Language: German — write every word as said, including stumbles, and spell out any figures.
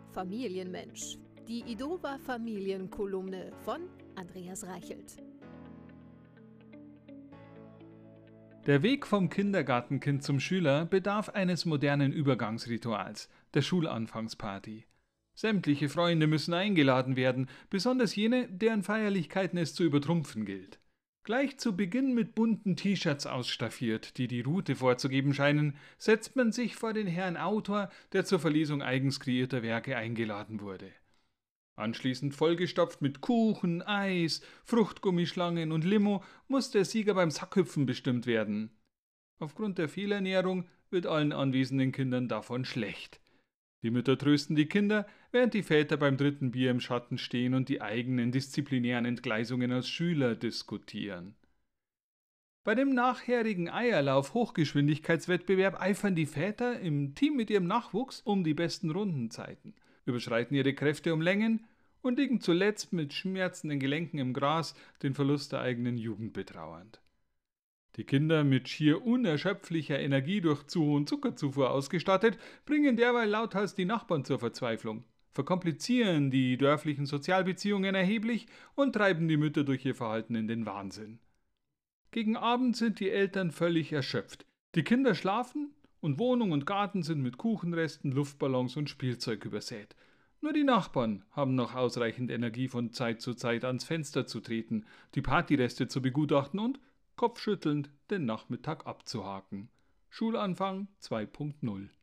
Familienmensch. Die Idova Familienkolumne von Andreas Reichelt. Der Weg vom Kindergartenkind zum Schüler bedarf eines modernen Übergangsrituals, der Schulanfangsparty. Sämtliche Freunde müssen eingeladen werden, besonders jene, deren Feierlichkeiten es zu übertrumpfen gilt. Gleich zu Beginn mit bunten T-Shirts ausstaffiert, die die Route vorzugeben scheinen, setzt man sich vor den Herrn Autor, der zur Verlesung eigens kreierter Werke eingeladen wurde. Anschließend vollgestopft mit Kuchen, Eis, Fruchtgummischlangen und Limo muss der Sieger beim Sackhüpfen bestimmt werden. Aufgrund der Fehlernährung wird allen anwesenden Kindern davon schlecht. Die Mütter trösten die Kinder, während die Väter beim dritten Bier im Schatten stehen und die eigenen disziplinären Entgleisungen als Schüler diskutieren. Bei dem nachherigen Eierlauf-Hochgeschwindigkeitswettbewerb eifern die Väter im Team mit ihrem Nachwuchs um die besten Rundenzeiten, überschreiten ihre Kräfte um Längen und liegen zuletzt mit schmerzenden Gelenken im Gras, den Verlust der eigenen Jugend betrauernd. Die Kinder, mit schier unerschöpflicher Energie durch zu hohen Zuckerzufuhr ausgestattet, bringen derweil lauthals die Nachbarn zur Verzweiflung, verkomplizieren die dörflichen Sozialbeziehungen erheblich und treiben die Mütter durch ihr Verhalten in den Wahnsinn. Gegen Abend sind die Eltern völlig erschöpft. Die Kinder schlafen und Wohnung und Garten sind mit Kuchenresten, Luftballons und Spielzeug übersät. Nur die Nachbarn haben noch ausreichend Energie, von Zeit zu Zeit ans Fenster zu treten, die Partyreste zu begutachten und kopfschüttelnd den Nachmittag abzuhaken. Schulanfang zwei Punkt null